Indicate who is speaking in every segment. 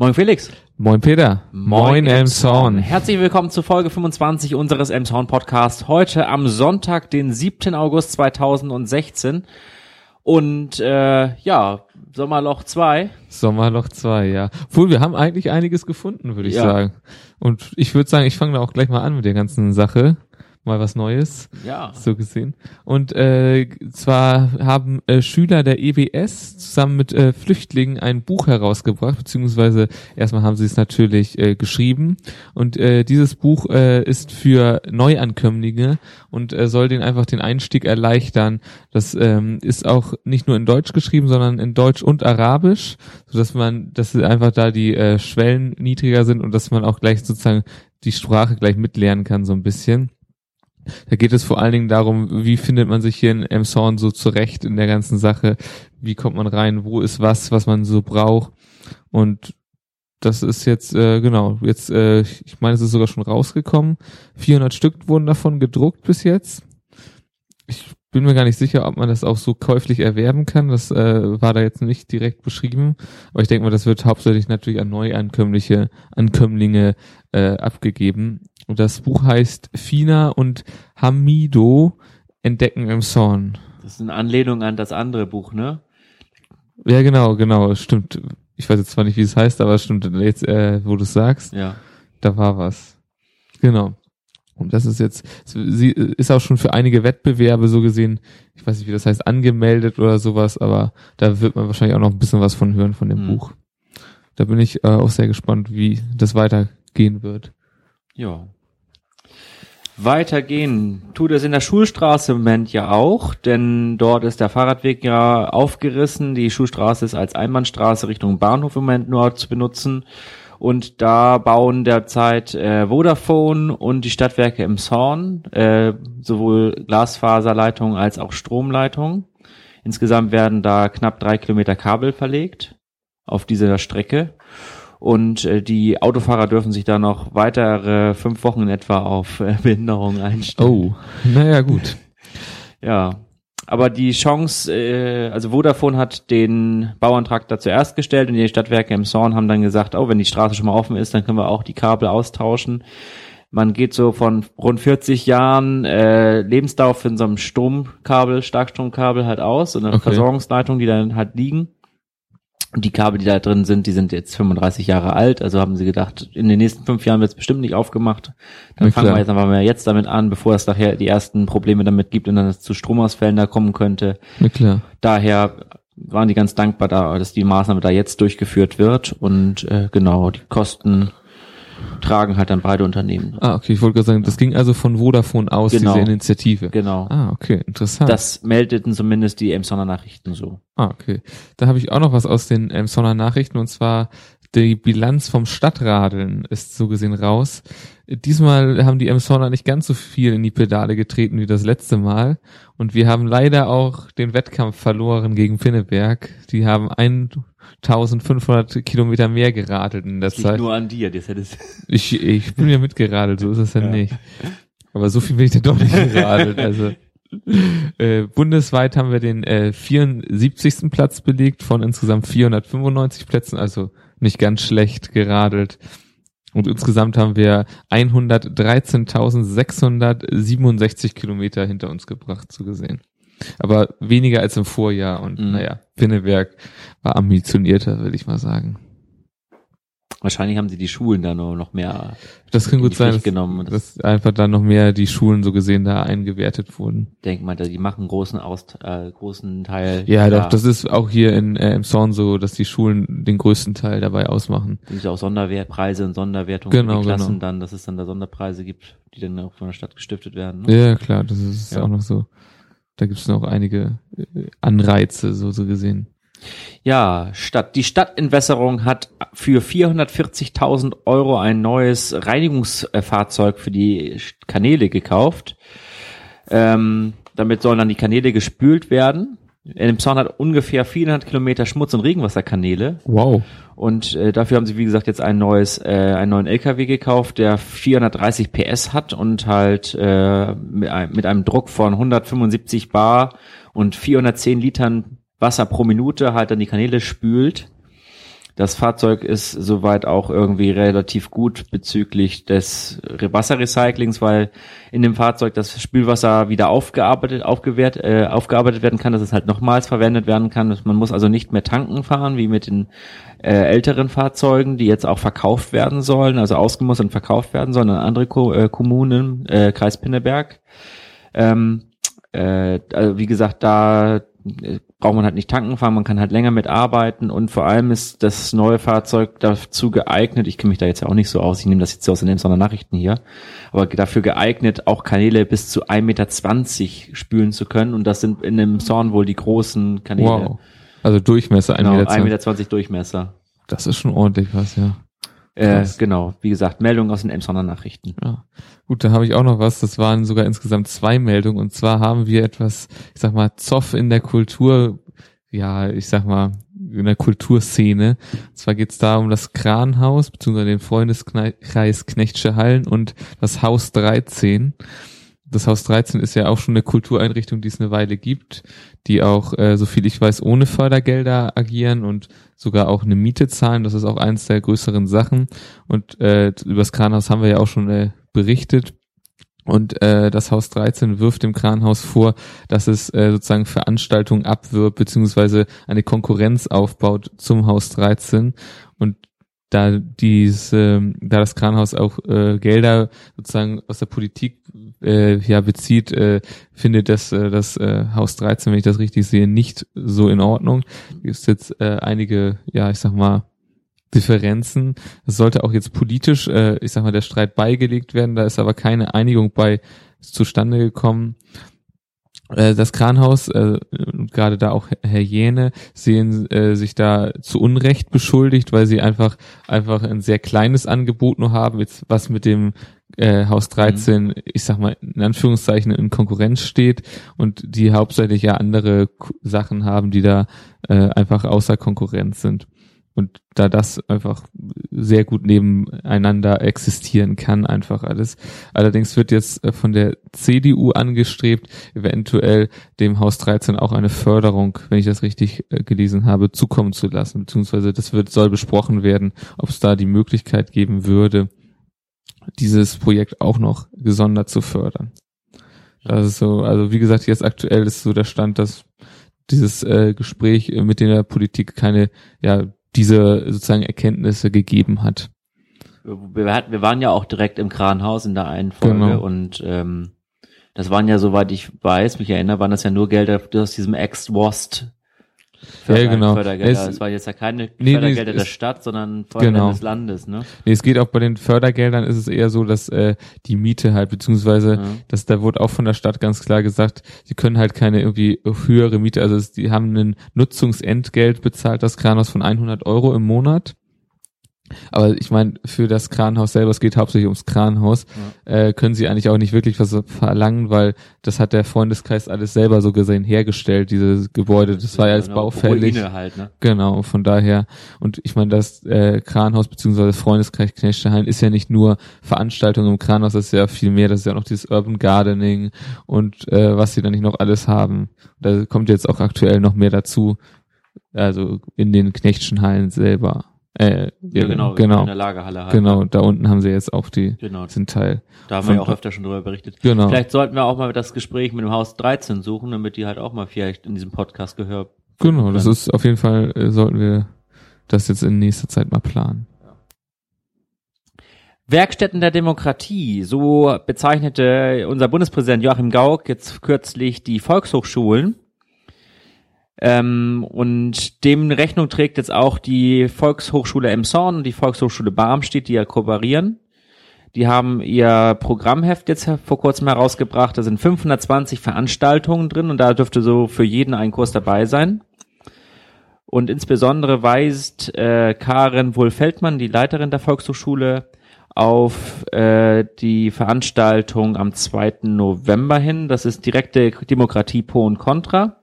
Speaker 1: Moin Felix.
Speaker 2: Moin Peter.
Speaker 1: Moin Elmshorn. Herzlich willkommen zu Folge 25 unseres Elmshorn Podcasts. Heute am Sonntag, den 7. August 2016. Und Sommerloch 2.
Speaker 2: Sommerloch 2, ja. Obwohl, wir haben eigentlich einiges gefunden, würde ich sagen. Und ich würde sagen, ich fange da auch gleich mal an mit der ganzen Sache. Mal was Neues, so gesehen. Und zwar haben Schüler der EBS zusammen mit Flüchtlingen ein Buch herausgebracht, beziehungsweise erstmal haben sie es natürlich geschrieben. Und dieses Buch ist für Neuankömmlinge und soll denen einfach den Einstieg erleichtern. Das ist auch nicht nur in Deutsch geschrieben, sondern in Deutsch und Arabisch, sodass einfach da die Schwellen niedriger sind und dass man auch gleich sozusagen die Sprache gleich mitlernen kann, so ein bisschen. Da geht es vor allen Dingen darum, wie findet man sich hier in Elmshorn so zurecht in der ganzen Sache, wie kommt man rein, wo ist was man so braucht, und das ist jetzt, ich meine, es ist sogar schon rausgekommen, 400 Stück wurden davon gedruckt bis jetzt. Ich bin mir gar nicht sicher, ob man das auch so käuflich erwerben kann, das war da jetzt nicht direkt beschrieben, aber ich denke mal, das wird hauptsächlich natürlich an Neuankömmlinge abgegeben. Und das Buch heißt Fina und Hamido entdecken Elmshorn.
Speaker 1: Das ist eine Anlehnung an das andere Buch, ne?
Speaker 2: Ja, genau, stimmt. Ich weiß jetzt zwar nicht, wie es heißt, aber es stimmt jetzt, wo du es sagst.
Speaker 1: Ja.
Speaker 2: Da war was. Genau. Und das ist jetzt, sie ist auch schon für einige Wettbewerbe so gesehen, ich weiß nicht, wie das heißt, angemeldet oder sowas, aber da wird man wahrscheinlich auch noch ein bisschen was von hören von dem Buch. Da bin ich auch sehr gespannt, wie das weitergehen wird.
Speaker 1: Ja. Weitergehen tut es in der Schulstraße im Moment ja auch, denn dort ist der Fahrradweg ja aufgerissen. Die Schulstraße ist als Einbahnstraße Richtung Bahnhof im Moment nur zu benutzen. Und da bauen derzeit Vodafone und die Stadtwerke Elmshorn sowohl Glasfaserleitungen als auch Stromleitungen. Insgesamt werden da knapp 3 Kilometer Kabel verlegt auf dieser Strecke. Und die Autofahrer dürfen sich da noch weitere 5 Wochen in etwa auf Behinderung einstellen.
Speaker 2: Oh, naja, gut.
Speaker 1: Ja, aber die Chance, also Vodafone hat den Bauantrag da zuerst gestellt und die Stadtwerke Elmshorn haben dann gesagt, wenn die Straße schon mal offen ist, dann können wir auch die Kabel austauschen. Man geht so von rund 40 Jahren Lebensdauer für so einem Starkstromkabel halt aus und eine Versorgungsleitung, die dann halt liegen. Und die Kabel, die da drin sind, die sind jetzt 35 Jahre alt, also haben sie gedacht, in den nächsten 5 Jahren wird es bestimmt nicht aufgemacht. Dann fangen wir jetzt einfach mal jetzt damit an, bevor es nachher die ersten Probleme damit gibt und dann es zu Stromausfällen da kommen könnte.
Speaker 2: Na klar.
Speaker 1: Daher waren die ganz dankbar, dass die Maßnahme da jetzt durchgeführt wird und die Kosten tragen halt dann beide Unternehmen.
Speaker 2: Ah, okay, ich wollte gerade sagen, das ging also von Vodafone aus, diese Initiative.
Speaker 1: Genau.
Speaker 2: Ah, okay, interessant.
Speaker 1: Das meldeten zumindest die Elmshorner Nachrichten so.
Speaker 2: Ah, okay. Da habe ich auch noch was aus den Elmshorner Nachrichten, und zwar die Bilanz vom Stadtradeln ist so gesehen raus. Diesmal haben die Elmshorner nicht ganz so viel in die Pedale getreten wie das letzte Mal, und wir haben leider auch den Wettkampf verloren gegen Pinneberg. Die haben 1500 Kilometer mehr geradelt in der Zeit.
Speaker 1: Nur an dir, das hättest
Speaker 2: Ich bin ja mitgeradelt, so ist es ja nicht. Aber so viel bin ich dann doch nicht geradelt. Also bundesweit haben wir den 74. Platz belegt von insgesamt 495 Plätzen, also nicht ganz schlecht geradelt. Und insgesamt haben wir 113.667 Kilometer hinter uns gebracht, so gesehen. Aber weniger als im Vorjahr, und Pinneberg war ambitionierter, würde ich mal sagen.
Speaker 1: Wahrscheinlich haben sie die Schulen da nur noch mehr.
Speaker 2: Das kann gut sein, dass einfach dann noch mehr die Schulen so gesehen da eingewertet wurden.
Speaker 1: Ich denke mal, die machen großen Teil.
Speaker 2: Ja, doch, das ist auch hier in Elmshorn so, dass die Schulen den größten Teil dabei ausmachen.
Speaker 1: Es gibt ja auch Sonderpreise und Sonderwertungen für die Klassen dann, dass es dann da Sonderpreise gibt, die dann auch von der Stadt gestiftet werden. Ne?
Speaker 2: Ja, klar, das ist auch noch so. Da gibt es noch einige Anreize, so gesehen.
Speaker 1: Ja, die Stadtentwässerung hat für 440.000 Euro ein neues Reinigungsfahrzeug für die Kanäle gekauft. Damit sollen dann die Kanäle gespült werden. Elmshorn hat ungefähr 400 Kilometer Schmutz- und Regenwasserkanäle.
Speaker 2: Wow.
Speaker 1: Und dafür haben sie, wie gesagt, jetzt einen neuen LKW gekauft, der 430 PS hat und halt mit einem Druck von 175 Bar und 410 Litern Wasser pro Minute halt dann die Kanäle spült. Das Fahrzeug ist soweit auch irgendwie relativ gut bezüglich des Wasserrecyclings, weil in dem Fahrzeug das Spülwasser wieder aufgearbeitet werden kann, dass es halt nochmals verwendet werden kann. Man muss also nicht mehr tanken fahren, wie mit den älteren Fahrzeugen, die jetzt auch verkauft werden sollen, also ausgemustert und verkauft werden sollen an andere Kommunen, Kreis Pinneberg. Also wie gesagt, da braucht man halt nicht tanken fahren, man kann halt länger mitarbeiten und vor allem ist das neue Fahrzeug dazu geeignet, ich kenne mich da jetzt ja auch nicht so aus, ich nehme das jetzt so aus den Sondernachrichten hier, aber dafür geeignet, auch Kanäle bis zu 1,20 Meter spülen zu können und das sind in dem Zorn wohl die großen Kanäle.
Speaker 2: Wow. Also Durchmesser,
Speaker 1: 1,20 Meter Durchmesser.
Speaker 2: Das ist schon ordentlich was, ja.
Speaker 1: Genau, wie gesagt, Meldungen aus den Emsonner Nachrichten.
Speaker 2: Ja. Gut, da habe ich auch noch was, das waren sogar insgesamt 2 Meldungen und zwar haben wir etwas, ich sag mal, Zoff in der Kultur, ja, ich sag mal, in der Kulturszene. Und zwar geht's da um das Kranhaus, beziehungsweise den Freundeskreis Knechtsche Hallen und das Haus 13. Das Haus 13 ist ja auch schon eine Kultureinrichtung, die es eine Weile gibt, die auch, soviel ich weiß, ohne Fördergelder agieren und sogar auch eine Miete zahlen. Das ist auch eins der größeren Sachen. Und über das Kranhaus haben wir ja auch schon berichtet. Und das Haus 13 wirft dem Kranhaus vor, dass es sozusagen Veranstaltungen abwirbt, beziehungsweise eine Konkurrenz aufbaut zum Haus 13. Und da das Kranhaus auch Gelder sozusagen aus der Politik bezieht, findet das Haus 13, wenn ich das richtig sehe, nicht so in Ordnung. Es gibt jetzt einige, ja, ich sag mal, Differenzen. Es sollte auch jetzt politisch, ich sag mal, der Streit beigelegt werden, da ist aber keine Einigung zustande gekommen. Das Kranhaus, gerade da auch Herr Jähne, sehen sich da zu Unrecht beschuldigt, weil sie einfach ein sehr kleines Angebot nur haben, jetzt was mit dem Haus 13, ich sag mal, in Anführungszeichen in Konkurrenz steht und die hauptsächlich ja andere Sachen haben, die da einfach außer Konkurrenz sind. Und da das einfach sehr gut nebeneinander existieren kann, einfach alles. Allerdings wird jetzt von der CDU angestrebt, eventuell dem Haus 13 auch eine Förderung, wenn ich das richtig gelesen habe, zukommen zu lassen. Beziehungsweise soll besprochen werden, ob es da die Möglichkeit geben würde, dieses Projekt auch noch gesondert zu fördern. Das ist so, also wie gesagt, jetzt aktuell ist so der Stand, dass dieses Gespräch mit der Politik keine, diese sozusagen Erkenntnisse gegeben hat.
Speaker 1: Wir waren ja auch direkt im Kranhaus in der einen Folge, genau. Und das waren ja, soweit ich weiß, mich erinnere, waren das ja nur Gelder aus diesem Ex-Wost Fördergelder. Das waren jetzt ja keine Fördergelder der Stadt, sondern Fördergelder des Landes, ne?
Speaker 2: Nee, es geht auch bei den Fördergeldern, ist es eher so, dass die Miete halt, beziehungsweise da wurde auch von der Stadt ganz klar gesagt, sie können halt keine irgendwie höhere Miete, also die haben ein Nutzungsentgelt bezahlt, das Kranhaus von 100 € im Monat. Aber ich meine, für das Kranhaus selber, es geht hauptsächlich ums Kranhaus, können sie eigentlich auch nicht wirklich was verlangen, weil das hat der Freundeskreis alles selber so gesehen hergestellt, dieses Gebäude, das war ja als baufällig.
Speaker 1: Halt, ne?
Speaker 2: Genau, von daher, und ich meine, das Kranhaus bzw. Freundeskreis Knechtsche Hallen ist ja nicht nur Veranstaltungen im Kranhaus, das ist ja viel mehr, das ist ja auch noch dieses Urban Gardening und was sie da nicht noch alles haben. Da kommt jetzt auch aktuell noch mehr dazu, also in den Knechtsche Hallen selber.
Speaker 1: Genau. In der Lagerhalle halt.
Speaker 2: Genau, da unten haben sie jetzt auch sind Teil.
Speaker 1: Da haben wir ja auch öfter schon drüber berichtet.
Speaker 2: Genau.
Speaker 1: Vielleicht sollten wir auch mal das Gespräch mit dem Haus 13 suchen, damit die halt auch mal vielleicht in diesem Podcast gehört.
Speaker 2: Genau, das ist auf jeden Fall, sollten wir das jetzt in nächster Zeit mal planen.
Speaker 1: Werkstätten der Demokratie, so bezeichnete unser Bundespräsident Joachim Gauck jetzt kürzlich die Volkshochschulen. Und dem Rechnung trägt jetzt auch die Volkshochschule Emshorn und die Volkshochschule Barmstedt, die ja kooperieren. Die haben ihr Programmheft jetzt vor kurzem herausgebracht. Da sind 520 Veranstaltungen drin und da dürfte so für jeden ein Kurs dabei sein. Und insbesondere weist Karen Wohl-Feldmann, die Leiterin der Volkshochschule, auf die Veranstaltung am 2. November hin. Das ist direkte Demokratie Pro und Contra.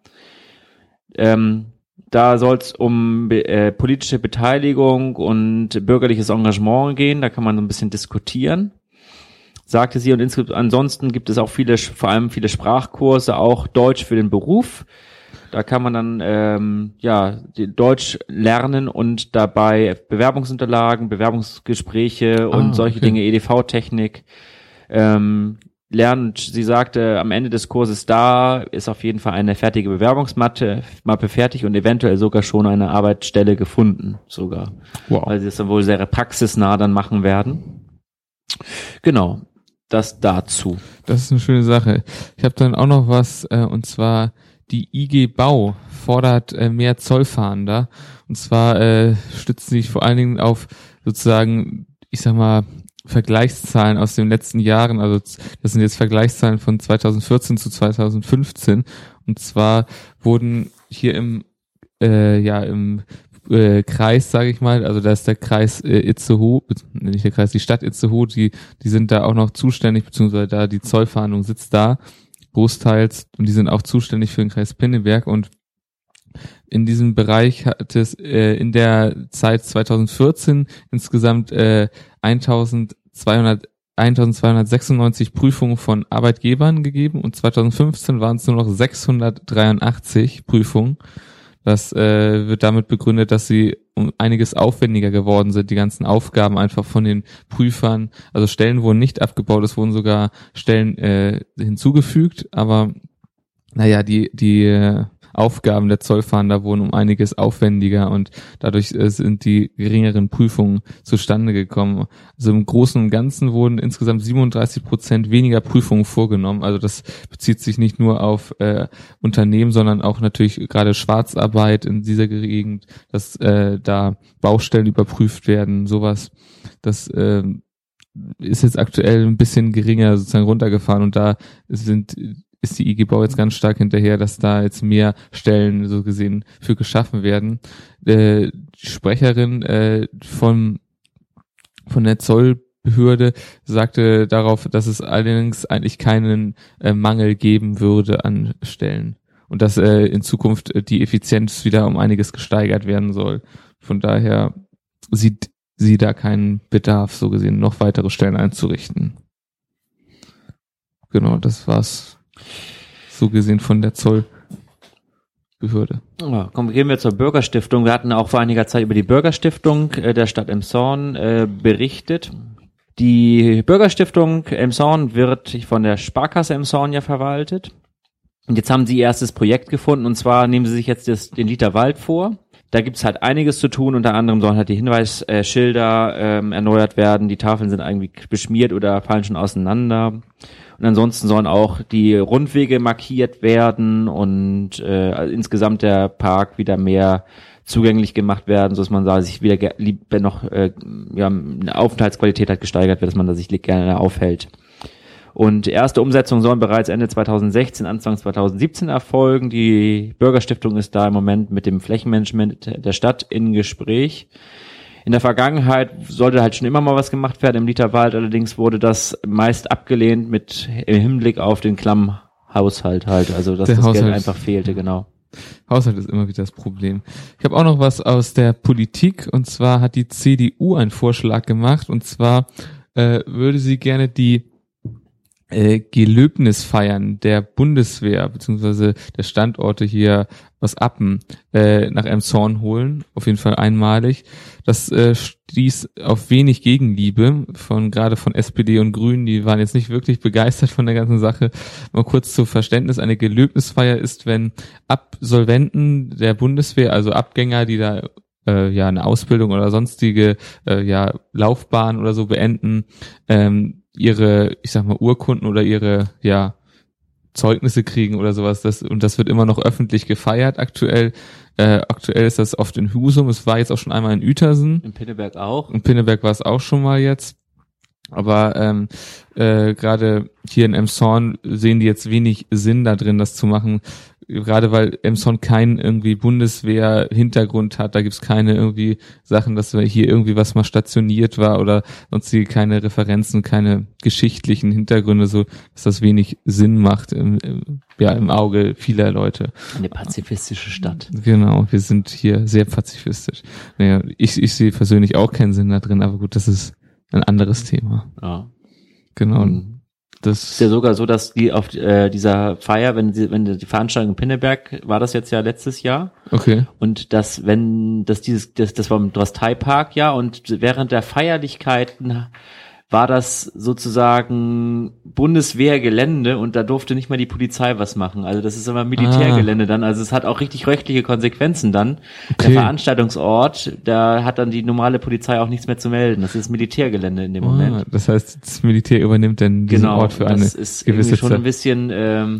Speaker 1: Da soll es um politische Beteiligung und bürgerliches Engagement gehen. Da kann man so ein bisschen diskutieren, sagte sie. Und ansonsten gibt es auch vor allem viele Sprachkurse, auch Deutsch für den Beruf. Da kann man dann Deutsch lernen und dabei Bewerbungsunterlagen, Bewerbungsgespräche und solche Dinge, EDV-Technik lernen. Sie sagte, am Ende des Kurses da ist auf jeden Fall eine fertige Bewerbungsmappe fertig und eventuell sogar schon eine Arbeitsstelle gefunden sogar. Wow. Weil sie das dann wohl sehr praxisnah dann machen werden. Genau, das dazu.
Speaker 2: Das ist eine schöne Sache. Ich habe dann auch noch was, und zwar die IG Bau fordert mehr Zollfahnder. Und zwar stützt sich vor allen Dingen auf sozusagen, ich sag mal, Vergleichszahlen aus den letzten Jahren, also das sind jetzt Vergleichszahlen von 2014 zu 2015, und zwar wurden hier im Kreis, sage ich mal, also da ist der Kreis Itzehoe, nicht der Kreis, die Stadt Itzehoe, die sind da auch noch zuständig, beziehungsweise da die Zollfahndung sitzt da, großteils, und die sind auch zuständig für den Kreis Pinneberg, und in diesem Bereich hat es in der Zeit 2014 insgesamt 1296 Prüfungen von Arbeitgebern gegeben und 2015 waren es nur noch 683 Prüfungen. Das wird damit begründet, dass sie um einiges aufwendiger geworden sind, die ganzen Aufgaben einfach von den Prüfern. Also Stellen wurden nicht abgebaut, es wurden sogar Stellen hinzugefügt, aber naja, die Aufgaben der Zollfahnder wurden um einiges aufwendiger und dadurch sind die geringeren Prüfungen zustande gekommen. Also im Großen und Ganzen wurden insgesamt 37% weniger Prüfungen vorgenommen. Also das bezieht sich nicht nur auf Unternehmen, sondern auch natürlich gerade Schwarzarbeit in dieser Gegend, dass da Baustellen überprüft werden, sowas. Das ist jetzt aktuell ein bisschen geringer sozusagen runtergefahren, und da ist die IG Bau jetzt ganz stark hinterher, dass da jetzt mehr Stellen so gesehen für geschaffen werden. Die Sprecherin von der Zollbehörde sagte darauf, dass es allerdings eigentlich keinen Mangel geben würde an Stellen und dass in Zukunft die Effizienz wieder um einiges gesteigert werden soll. Von daher sieht sie da keinen Bedarf, so gesehen, noch weitere Stellen einzurichten. Genau, das war's. So gesehen von der Zollbehörde.
Speaker 1: Ja, gehen wir zur Bürgerstiftung. Wir hatten auch vor einiger Zeit über die Bürgerstiftung der Stadt Elmshorn berichtet. Die Bürgerstiftung Elmshorn wird von der Sparkasse Elmshorn ja verwaltet. Und jetzt haben sie ihr erstes Projekt gefunden, und zwar nehmen sie sich jetzt den Liter Wald vor. Da gibt's halt einiges zu tun, unter anderem sollen halt die Hinweisschilder erneuert werden, die Tafeln sind irgendwie beschmiert oder fallen schon auseinander. Und ansonsten sollen auch die Rundwege markiert werden und also insgesamt der Park wieder mehr zugänglich gemacht werden, so dass man da sich wieder noch eine Aufenthaltsqualität hat gesteigert wird, dass man da sich gerne aufhält. Und erste Umsetzungen sollen bereits Ende 2016, Anfang 2017 erfolgen. Die Bürgerstiftung ist da im Moment mit dem Flächenmanagement der Stadt in Gespräch. In der Vergangenheit sollte halt schon immer mal was gemacht werden im Literwald, allerdings wurde das meist abgelehnt im Hinblick auf den klammen Haushalt halt, also dass das Geld einfach fehlte, genau.
Speaker 2: Haushalt ist immer wieder das Problem. Ich habe auch noch was aus der Politik, und zwar hat die CDU einen Vorschlag gemacht, und zwar würde sie gerne die Gelöbnisfeiern der Bundeswehr beziehungsweise der Standorte hier aus Appen nach Elmshorn holen, auf jeden Fall einmalig. Das stieß auf wenig Gegenliebe gerade von SPD und Grünen, die waren jetzt nicht wirklich begeistert von der ganzen Sache. Mal kurz zum Verständnis, eine Gelöbnisfeier ist, wenn Absolventen der Bundeswehr, also Abgänger, die da eine Ausbildung oder sonstige Laufbahn oder so beenden, ihre, ich sag mal, Urkunden oder ihre, Zeugnisse kriegen oder sowas, und das wird immer noch öffentlich gefeiert aktuell. Aktuell ist das oft in Husum, es war jetzt auch schon einmal in Uetersen.
Speaker 1: In Pinneberg auch.
Speaker 2: In Pinneberg war es auch schon mal jetzt. Aber gerade hier in Elmshorn sehen die jetzt wenig Sinn da drin, das zu machen. Gerade weil Elmshorn keinen irgendwie Bundeswehr-Hintergrund hat, da gibt's keine irgendwie Sachen, dass hier irgendwie was mal stationiert war oder sonstige keine Referenzen, keine geschichtlichen Hintergründe, so dass das wenig Sinn macht im Auge vieler Leute.
Speaker 1: Eine pazifistische Stadt.
Speaker 2: Genau, wir sind hier sehr pazifistisch. Naja, ich sehe persönlich auch keinen Sinn da drin, aber gut, das ist ein anderes Thema.
Speaker 1: Ja.
Speaker 2: Genau.
Speaker 1: Das ist ja sogar so, dass die auf dieser Feier, wenn die Veranstaltung in Pinneberg war, das jetzt ja letztes Jahr.
Speaker 2: Okay.
Speaker 1: Und das war im Drostei-Park, ja, und während der Feierlichkeiten war das sozusagen Bundeswehrgelände und da durfte nicht mal die Polizei was machen. Also das ist immer Militärgelände dann. Also es hat auch richtig rechtliche Konsequenzen dann. Okay. Der Veranstaltungsort, da hat dann die normale Polizei auch nichts mehr zu melden. Das ist Militärgelände in dem Moment.
Speaker 2: Das heißt, das Militär übernimmt dann diesen Ort für eine gewisse Zeit. Das ist schon ein bisschen,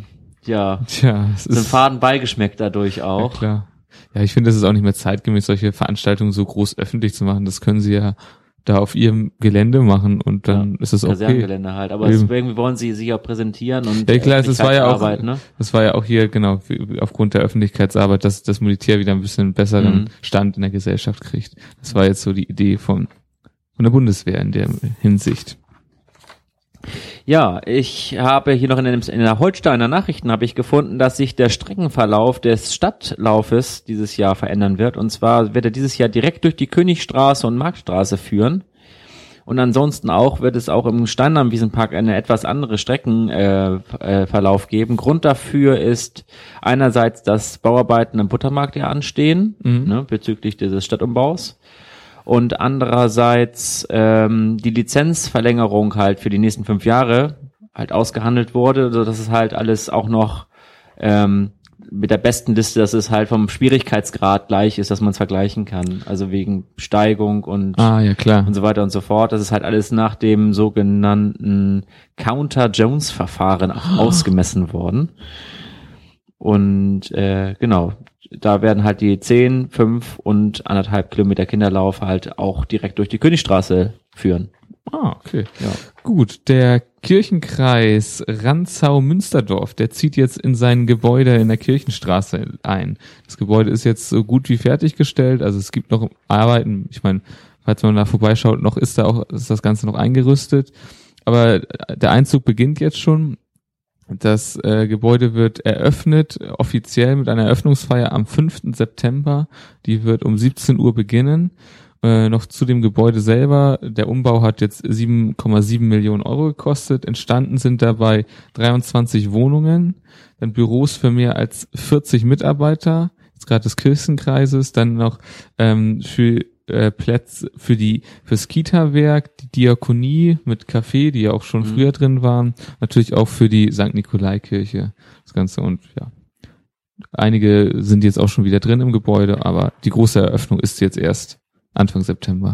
Speaker 2: so ein faden Beigeschmack dadurch auch. Ja, klar. Ja, ich finde, das ist auch nicht mehr zeitgemäß, solche Veranstaltungen so groß öffentlich zu machen. Das können sie ja da auf ihrem Gelände machen und dann ist es okay.
Speaker 1: Kasernengelände halt, aber irgendwie wollen sie sich auch präsentieren und
Speaker 2: ja, klar, das war ja auch hier genau aufgrund der Öffentlichkeitsarbeit, dass das Militär wieder ein bisschen besseren Stand in der Gesellschaft kriegt. Das war jetzt so die Idee von der Bundeswehr in der Hinsicht.
Speaker 1: Ja, ich habe hier noch in der Holsteiner Nachrichten habe ich gefunden, dass sich der Streckenverlauf des Stadtlaufes dieses Jahr verändern wird. Und zwar wird er dieses Jahr direkt durch die Königstraße und Marktstraße führen. Und ansonsten wird es auch im Steinam-Wiesenpark eine etwas andere Streckenverlauf geben. Grund dafür ist einerseits, dass Bauarbeiten am Buttermarkt ja anstehen, bezüglich dieses Stadtumbaus. Und andererseits die Lizenzverlängerung halt für die nächsten 5 Jahre halt ausgehandelt wurde, so dass es halt alles auch noch mit der besten Liste, dass es halt vom Schwierigkeitsgrad gleich ist, dass man es vergleichen kann. Also wegen Steigung und und so weiter und so fort. Das ist halt alles nach dem sogenannten Counter-Jones-Verfahren ausgemessen worden. Und genau. Da werden halt die 10, 5 und 1,5 Kilometer Kinderlauf halt auch direkt durch die Königstraße führen.
Speaker 2: Ah, okay. Ja. Gut, der Kirchenkreis Rantzau-Münsterdorf, der zieht jetzt in sein Gebäude in der Kirchenstraße ein. Das Gebäude ist jetzt so gut wie fertiggestellt, also es gibt noch Arbeiten, ich meine, falls man da vorbeischaut, ist das Ganze noch eingerüstet, aber der Einzug beginnt jetzt schon. Das Gebäude wird eröffnet, offiziell mit einer Eröffnungsfeier am 5. September. Die wird um 17 Uhr beginnen. Noch zu dem Gebäude selber. Der Umbau hat jetzt 7,7 Millionen Euro gekostet. Entstanden sind dabei 23 Wohnungen, dann Büros für mehr als 40 Mitarbeiter, jetzt gerade des Kirchenkreises, dann noch für Plätze fürs Kita-Werk, die Diakonie mit Café, die ja auch schon früher drin waren, natürlich auch für die St. Nikolai-Kirche, das Ganze und ja. Einige sind jetzt auch schon wieder drin im Gebäude, aber die große Eröffnung ist jetzt erst Anfang September.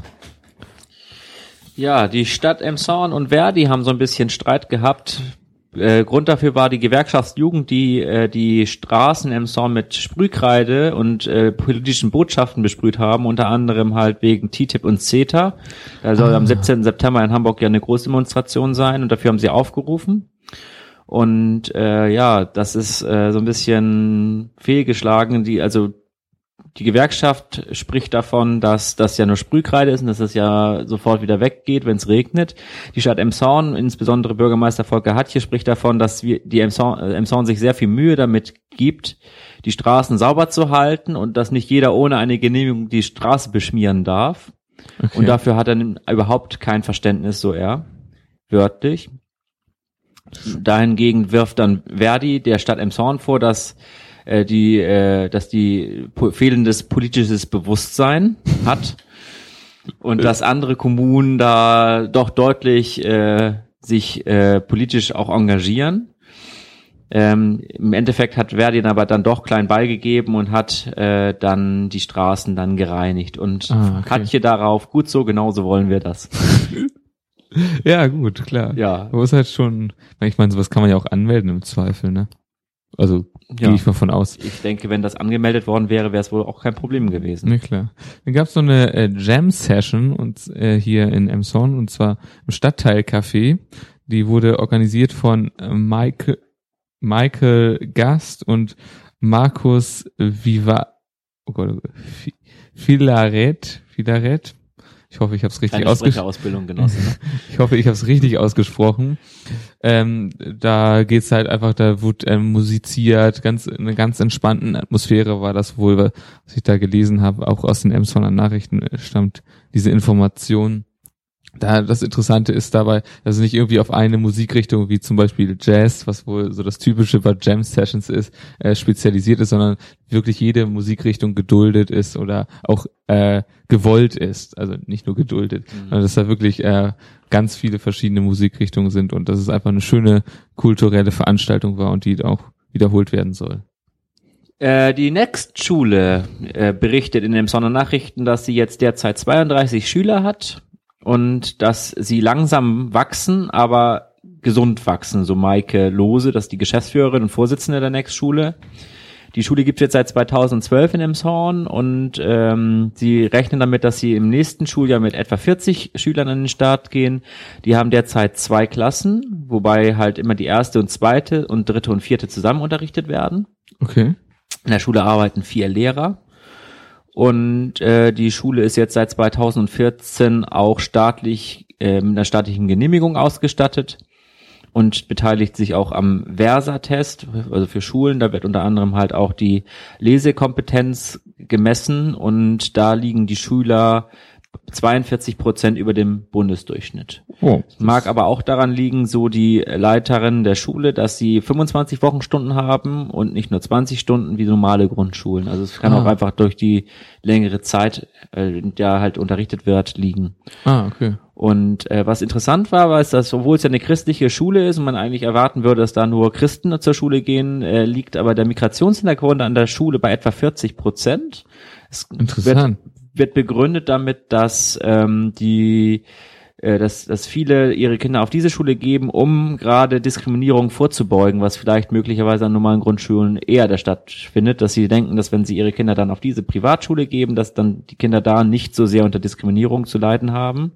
Speaker 1: Ja, die Stadt Emshorn und Verdi haben so ein bisschen Streit gehabt. Grund dafür war die Gewerkschaftsjugend, die Straßen Emshorn mit Sprühkreide und politischen Botschaften besprüht haben, unter anderem halt wegen TTIP und CETA. Da soll am 17. September in Hamburg ja eine Großdemonstration sein und dafür haben sie aufgerufen. Und das ist so ein bisschen fehlgeschlagen. Die Gewerkschaft spricht davon, dass das ja nur Sprühkreide ist und dass das ja sofort wieder weggeht, wenn es regnet. Die Stadt Emshorn, insbesondere Bürgermeister Volker Hatje, spricht davon, dass die Emshorn sich sehr viel Mühe damit gibt, die Straßen sauber zu halten und dass nicht jeder ohne eine Genehmigung die Straße beschmieren darf. Okay. Und dafür hat er überhaupt kein Verständnis, so wörtlich. Dahingegen wirft dann Verdi der Stadt Emshorn vor, dass die fehlendes politisches Bewusstsein hat und dass andere Kommunen da doch deutlich sich politisch auch engagieren. Im Endeffekt hat Verdi aber dann doch klein beigegeben und hat dann die Straßen dann gereinigt und Katje darauf, gut so, genauso wollen wir das.
Speaker 2: Ja, gut, klar.
Speaker 1: Ja.
Speaker 2: Aber ist halt schon, ich meine, sowas kann man ja auch anmelden im Zweifel, ne? Also gehe ich mal von aus.
Speaker 1: Ich denke, wenn das angemeldet worden wäre, wäre es wohl auch kein Problem gewesen.
Speaker 2: Ne, klar. Dann gab es so eine Jam-Session und hier in Emshorn und zwar im Stadtteilcafé. Die wurde organisiert von Michael Gast und Markus Filaret. Ich hoffe, ich habe es richtig
Speaker 1: ausgesprochen.
Speaker 2: Ich hoffe, ich habe es richtig ausgesprochen. Da geht's halt einfach, da wurde musiziert, eine ganz entspannte Atmosphäre war das wohl, was ich da gelesen habe. Auch aus den Emshorner Nachrichten stammt diese Information. das Interessante ist dabei, dass es nicht irgendwie auf eine Musikrichtung wie zum Beispiel Jazz, was wohl so das Typische bei Jam Sessions ist, spezialisiert ist, sondern wirklich jede Musikrichtung geduldet ist oder auch gewollt ist. Also nicht nur geduldet, sondern dass da wirklich ganz viele verschiedene Musikrichtungen sind und dass es einfach eine schöne kulturelle Veranstaltung war und die auch wiederholt werden soll.
Speaker 1: Die Next-Schule berichtet in den Sondernachrichten, dass sie jetzt derzeit 32 Schüler hat und dass sie langsam wachsen, aber gesund wachsen, so Maike Lohse, das ist die Geschäftsführerin und Vorsitzende der Next-Schule. Die Schule gibt es jetzt seit 2012 in Elmshorn und sie rechnen damit, dass sie im nächsten Schuljahr mit etwa 40 Schülern an den Start gehen. Die haben derzeit 2 Klassen, wobei halt immer die erste und zweite und dritte und vierte zusammen unterrichtet werden.
Speaker 2: Okay.
Speaker 1: In der Schule arbeiten 4 Lehrer. Und die Schule ist jetzt seit 2014 auch staatlich mit einer staatlichen Genehmigung ausgestattet und beteiligt sich auch am Versa-Test, also für Schulen. Da wird unter anderem halt auch die Lesekompetenz gemessen und da liegen die Schüler 42% über dem Bundesdurchschnitt.
Speaker 2: Oh.
Speaker 1: Mag aber auch daran liegen, so die Leiterin der Schule, dass sie 25 Wochenstunden haben und nicht nur 20 Stunden wie normale Grundschulen. Also es kann auch einfach durch die längere Zeit, in der halt unterrichtet wird, liegen.
Speaker 2: Okay.
Speaker 1: Und was interessant war, ist, dass obwohl es ja eine christliche Schule ist und man eigentlich erwarten würde, dass da nur Christen zur Schule gehen, liegt aber der Migrationshintergrund an der Schule bei etwa 40%.
Speaker 2: Interessant.
Speaker 1: Wird begründet damit, dass dass viele ihre Kinder auf diese Schule geben, um gerade Diskriminierung vorzubeugen, was vielleicht möglicherweise an normalen Grundschulen eher der stattfindet, dass sie denken, dass wenn sie ihre Kinder dann auf diese Privatschule geben, dass dann die Kinder da nicht so sehr unter Diskriminierung zu leiden haben.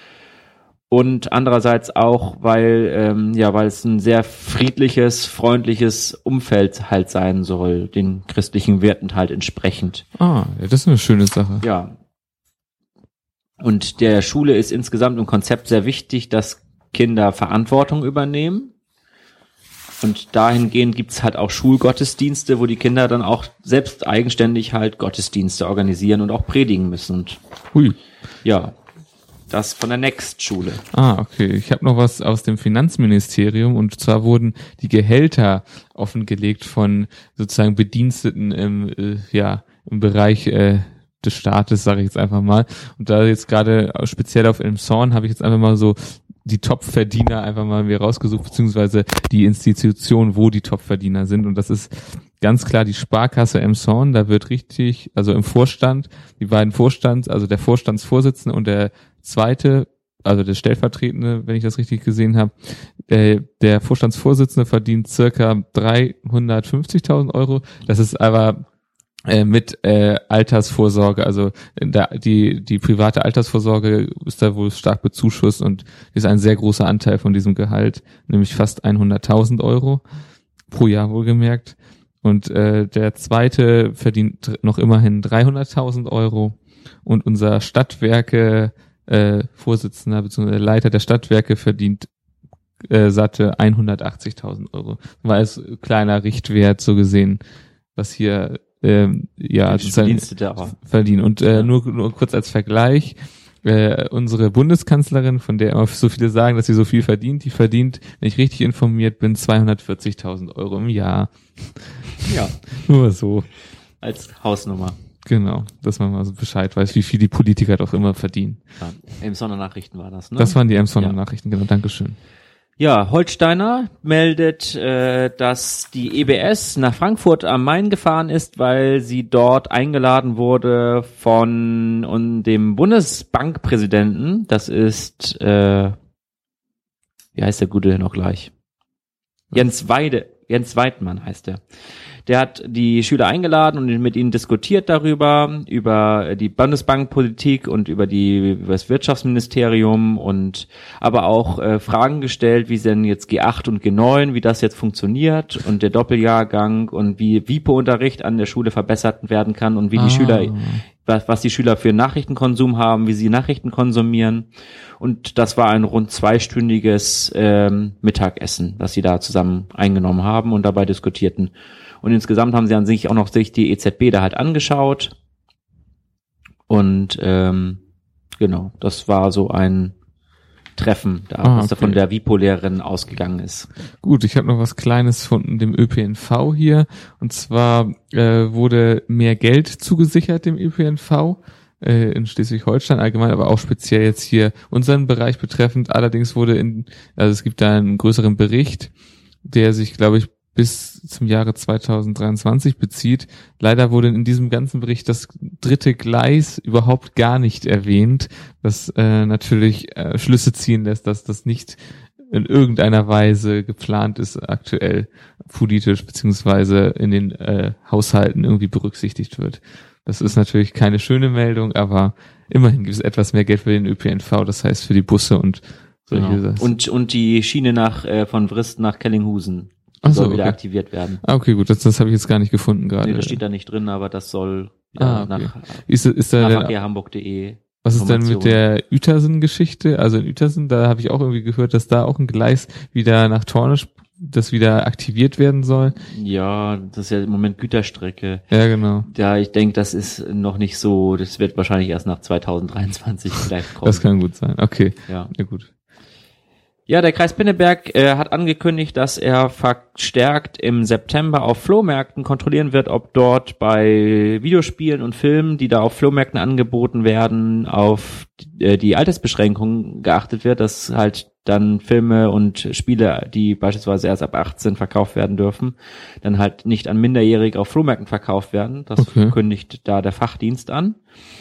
Speaker 1: Und andererseits auch, weil es ein sehr friedliches, freundliches Umfeld halt sein soll, den christlichen Werten halt entsprechend.
Speaker 2: Ja, das ist eine schöne Sache.
Speaker 1: Ja. Und der Schule ist insgesamt im Konzept sehr wichtig, dass Kinder Verantwortung übernehmen. Und dahingehend gibt's halt auch Schulgottesdienste, wo die Kinder dann auch selbst eigenständig halt Gottesdienste organisieren und auch predigen müssen. Und ja. Das von der Next-Schule.
Speaker 2: Okay. Ich habe noch was aus dem Finanzministerium und zwar wurden die Gehälter offengelegt von sozusagen Bediensteten im Bereich des Staates, sage ich jetzt einfach mal. Und da jetzt gerade speziell auf Elmshorn habe ich jetzt einfach mal so die Top-Verdiener einfach mal mir rausgesucht, beziehungsweise die Institution, wo die Top-Verdiener sind. Und das ist ganz klar die Sparkasse Elmshorn. Da wird richtig, also im Vorstand, die beiden also der Vorstandsvorsitzende und der zweite, also der Stellvertretende, wenn ich das richtig gesehen habe, der Vorstandsvorsitzende verdient circa 350.000 Euro. Das ist aber mit Altersvorsorge, also die private Altersvorsorge ist da wohl stark bezuschusst und ist ein sehr großer Anteil von diesem Gehalt, nämlich fast 100.000 Euro pro Jahr wohlgemerkt. Und der zweite verdient noch immerhin 300.000 Euro und unser Stadtwerke Vorsitzender bzw. Leiter der Stadtwerke verdient satte 180.000 Euro. War als kleiner Richtwert so gesehen, was hier verdienen. Und nur kurz als Vergleich, unsere Bundeskanzlerin, von der immer so viele sagen, dass sie so viel verdient, die verdient, wenn ich richtig informiert bin, 240.000 Euro im Jahr.
Speaker 1: Ja.
Speaker 2: Nur so.
Speaker 1: Als Hausnummer.
Speaker 2: Genau, dass man mal so Bescheid weiß, wie viel die Politiker doch immer verdienen.
Speaker 1: Ja, Elmshorner Nachrichten war das, ne?
Speaker 2: Das waren die Elmshorner Nachrichten, genau, Dankeschön.
Speaker 1: Ja, Holsteiner meldet, dass die EBS nach Frankfurt am Main gefahren ist, weil sie dort eingeladen wurde von dem Bundesbankpräsidenten. Das ist, wie heißt der Gute noch gleich? Jens Weidmann heißt er. Der hat die Schüler eingeladen und mit ihnen diskutiert über die Bundesbankpolitik und über das Wirtschaftsministerium und aber auch Fragen gestellt, wie denn jetzt G8 und G9, wie das jetzt funktioniert und der Doppeljahrgang und wie WIPO-Unterricht an der Schule verbessert werden kann und wie die Schüler, was die Schüler für Nachrichtenkonsum haben, wie sie Nachrichten konsumieren. Und das war ein rund 2-stündiges Mittagessen, das sie da zusammen eingenommen haben und dabei diskutierten. Und insgesamt haben sie an sich auch noch die EZB da halt angeschaut. Und genau, das war so ein treffen, was da von der WIPO-Lehrerin ausgegangen ist.
Speaker 2: Gut, ich habe noch was Kleines von dem ÖPNV hier. Und zwar wurde mehr Geld zugesichert dem ÖPNV in Schleswig-Holstein allgemein, aber auch speziell jetzt hier unseren Bereich betreffend. Allerdings es gibt da einen größeren Bericht, der sich, glaube ich, bis zum Jahre 2023 bezieht. Leider wurde in diesem ganzen Bericht das 3. Gleis überhaupt gar nicht erwähnt, was natürlich Schlüsse ziehen lässt, dass das nicht in irgendeiner Weise geplant ist aktuell politisch beziehungsweise in den Haushalten irgendwie berücksichtigt wird. Das ist natürlich keine schöne Meldung, aber immerhin gibt es etwas mehr Geld für den ÖPNV, das heißt für die Busse und solche Sachen.
Speaker 1: Und die Schiene von Vrist nach Kellinghusen. Soll wieder aktiviert werden.
Speaker 2: Okay, gut, das habe ich jetzt gar nicht gefunden gerade.
Speaker 1: Nee, das steht da nicht drin, aber das soll
Speaker 2: nach
Speaker 1: verkehrhamburg.de.
Speaker 2: Was ist denn mit der Uetersen-Geschichte? Also in Uetersen, da habe ich auch irgendwie gehört, dass da auch ein Gleis wieder nach Tornisch, das wieder aktiviert werden soll.
Speaker 1: Ja, das ist ja im Moment Güterstrecke.
Speaker 2: Ja, genau.
Speaker 1: Ja, ich denke, das ist noch nicht so, das wird wahrscheinlich erst nach 2023 vielleicht kommen.
Speaker 2: Das kann gut sein, okay.
Speaker 1: Ja
Speaker 2: gut.
Speaker 1: Ja, der Kreis Pinneberg hat angekündigt, dass er verstärkt im September auf Flohmärkten kontrollieren wird, ob dort bei Videospielen und Filmen, die da auf Flohmärkten angeboten werden, auf die Altersbeschränkungen geachtet wird, dass halt dann Filme und Spiele, die beispielsweise erst ab 18 verkauft werden dürfen, dann halt nicht an Minderjährige auf Flohmärkten verkauft werden. Das kündigt da der Fachdienst an.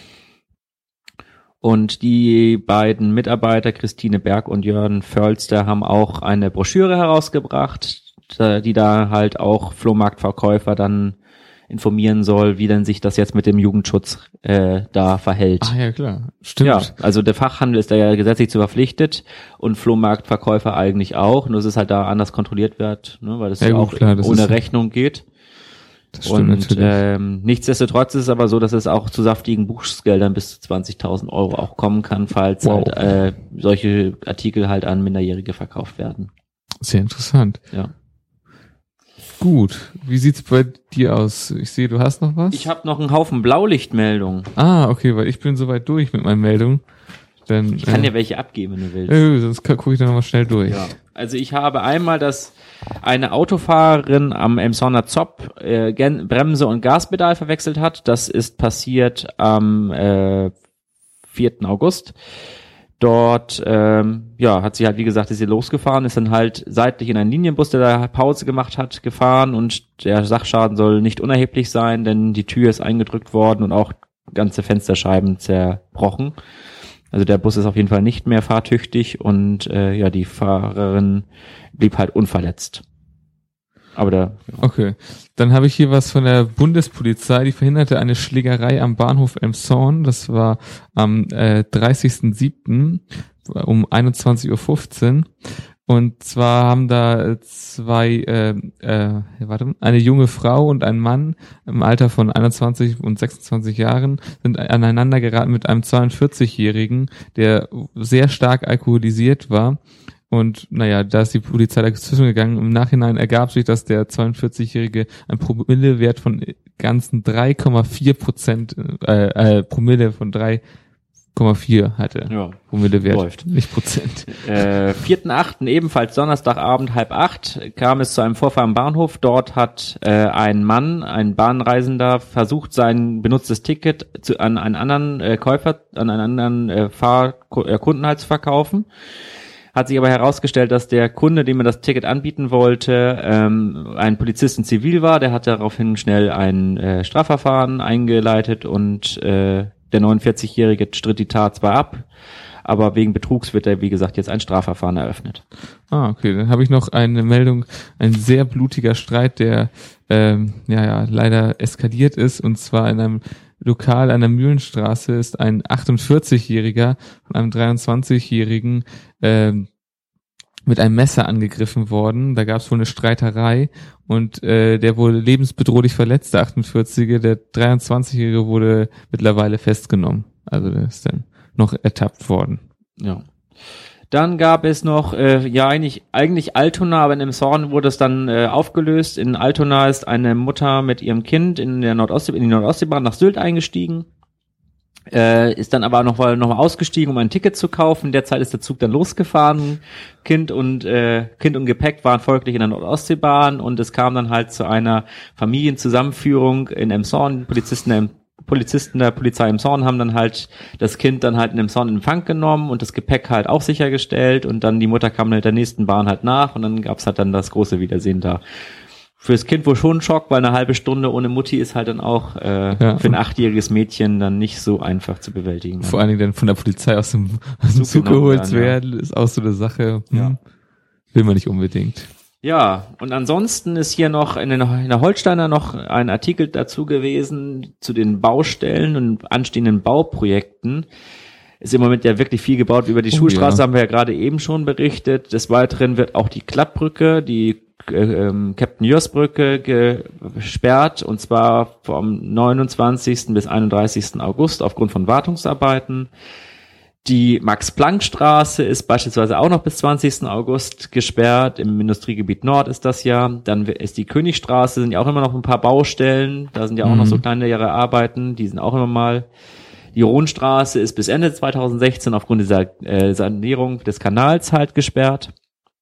Speaker 1: Und die beiden Mitarbeiter, Christine Berg und Jörn Förlster, haben auch eine Broschüre herausgebracht, die da halt auch Flohmarktverkäufer dann informieren soll, wie denn sich das jetzt mit dem Jugendschutz da verhält.
Speaker 2: Ah ja, klar. Stimmt.
Speaker 1: Ja, also der Fachhandel ist da ja gesetzlich zu verpflichtet und Flohmarktverkäufer eigentlich auch. Nur dass es halt da anders kontrolliert wird, ne, weil das ja auch klar, das ohne Rechnung geht.
Speaker 2: Das stimmt natürlich.
Speaker 1: Nichtsdestotrotz ist es aber so, dass es auch zu saftigen Bußgeldern bis zu 20.000 € auch kommen kann, falls halt solche Artikel halt an Minderjährige verkauft werden.
Speaker 2: Sehr interessant.
Speaker 1: Ja.
Speaker 2: Gut. Wie sieht's bei dir aus? Ich sehe, du hast noch was?
Speaker 1: Ich habe noch einen Haufen Blaulichtmeldungen.
Speaker 2: Ah, okay, weil ich bin soweit durch mit meinen Meldungen. Dann,
Speaker 1: ich kann dir welche abgeben, wenn du willst.
Speaker 2: Sonst gucke ich dann nochmal schnell durch.
Speaker 1: Ja. Also ich habe einmal, dass eine Autofahrerin am Emsonner Zopp Bremse und Gaspedal verwechselt hat. Das ist passiert am 4. August. Dort hat sie halt, wie gesagt, ist sie losgefahren, ist dann halt seitlich in einen Linienbus, der da Pause gemacht hat, gefahren und der Sachschaden soll nicht unerheblich sein, denn die Tür ist eingedrückt worden und auch ganze Fensterscheiben zerbrochen. Also der Bus ist auf jeden Fall nicht mehr fahrtüchtig und die Fahrerin blieb halt unverletzt. Aber
Speaker 2: Okay, dann habe ich hier was von der Bundespolizei, die verhinderte eine Schlägerei am Bahnhof Elmshorn. Das war am 30.07. um 21.15 Uhr. Und zwar haben da eine junge Frau und ein Mann im Alter von 21 und 26 Jahren sind aneinander geraten mit einem 42-Jährigen, der sehr stark alkoholisiert war. Und da ist die Polizei dazwischen gegangen. Im Nachhinein ergab sich, dass der 42-Jährige ein Promillewert von ganzen 3,4%, Promille von 3,4 hatte.
Speaker 1: Ja,
Speaker 2: Promillewert,
Speaker 1: läuft.
Speaker 2: nicht Prozent.
Speaker 1: 4.8. ebenfalls Donnerstagabend 7:30 kam es zu einem Vorfall am Bahnhof. Dort hat ein Mann, ein Bahnreisender, versucht, sein benutztes Ticket an einen anderen Kunden halt zu verkaufen. Hat sich aber herausgestellt, dass der Kunde, dem er das Ticket anbieten wollte, ein Polizist in Zivil war. Der hat daraufhin schnell ein Strafverfahren eingeleitet und der 49-Jährige stritt die Tat zwar ab, aber wegen Betrugs wird wie gesagt, jetzt ein Strafverfahren eröffnet.
Speaker 2: Ah, okay. Dann habe ich noch eine Meldung, ein sehr blutiger Streit, der leider eskaliert ist, und zwar in einem Lokal an der Mühlenstraße ist ein 48-Jähriger von einem 23-Jährigen mit einem Messer angegriffen worden. Da gab es wohl eine Streiterei und der wurde lebensbedrohlich verletzt, der 48-Jährige. Der 23-Jährige wurde mittlerweile festgenommen. Also der ist dann noch ertappt worden.
Speaker 1: Ja. Dann gab es noch, eigentlich Altona, aber in Emshorn wurde es dann aufgelöst. In Altona ist eine Mutter mit ihrem Kind in die Nordostseebahn nach Sylt eingestiegen. ist dann aber noch mal ausgestiegen, um ein Ticket zu kaufen. In der Zeit ist der Zug dann losgefahren. Kind und Gepäck waren folglich in der Nordostseebahn und es kam dann halt zu einer Familienzusammenführung in Emshorn. Polizisten der Polizei Emshorn haben dann halt das Kind dann halt in Emshorn in Empfang genommen und das Gepäck halt auch sichergestellt und dann die Mutter kam mit der nächsten Bahn halt nach und dann gab's halt dann das große Wiedersehen da. Fürs Kind wohl schon ein Schock, weil eine halbe Stunde ohne Mutti ist halt dann auch für ein 8-jähriges Mädchen dann nicht so einfach zu bewältigen.
Speaker 2: Vor allen Dingen dann von der Polizei aus dem Zug geholt werden, ist auch so eine Sache, will man nicht unbedingt.
Speaker 1: Ja, und ansonsten ist hier noch in der Holsteiner noch ein Artikel dazu gewesen zu den Baustellen und anstehenden Bauprojekten. Ist im Moment ja wirklich viel gebaut. Über die Schulstraße haben wir ja gerade eben schon berichtet. Des Weiteren wird auch die Klappbrücke, die Captain Jörs Brücke gesperrt und zwar vom 29. bis 31. August aufgrund von Wartungsarbeiten. Die Max-Planck-Straße ist beispielsweise auch noch bis 20. August gesperrt. Im Industriegebiet Nord ist das ja. Dann ist die Königstraße, sind ja auch immer noch ein paar Baustellen. Da sind ja auch noch so kleinere Arbeiten. Die sind auch immer mal. Die Rhohnstraße ist bis Ende 2016 aufgrund dieser Sanierung des Kanals halt gesperrt.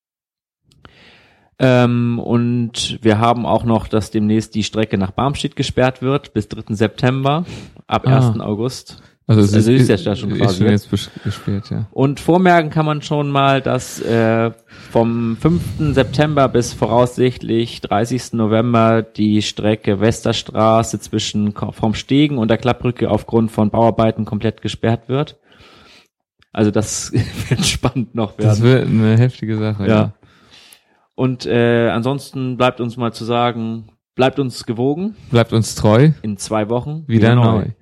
Speaker 1: Und wir haben auch noch, dass demnächst die Strecke nach Barmstedt gesperrt wird bis 3. September ab 1. August.
Speaker 2: Also ist
Speaker 1: ja da schon quasi
Speaker 2: jetzt gesperrt, ja.
Speaker 1: Und vormerken kann man schon mal, dass vom 5. September bis voraussichtlich 30. November die Strecke Westerstraße vom Stegen und der Klappbrücke aufgrund von Bauarbeiten komplett gesperrt wird. Also das wird spannend noch werden.
Speaker 2: Das wird eine heftige Sache, ja.
Speaker 1: Und ansonsten bleibt uns mal zu sagen, bleibt uns gewogen.
Speaker 2: Bleibt uns treu.
Speaker 1: In 2 Wochen
Speaker 2: wieder neu.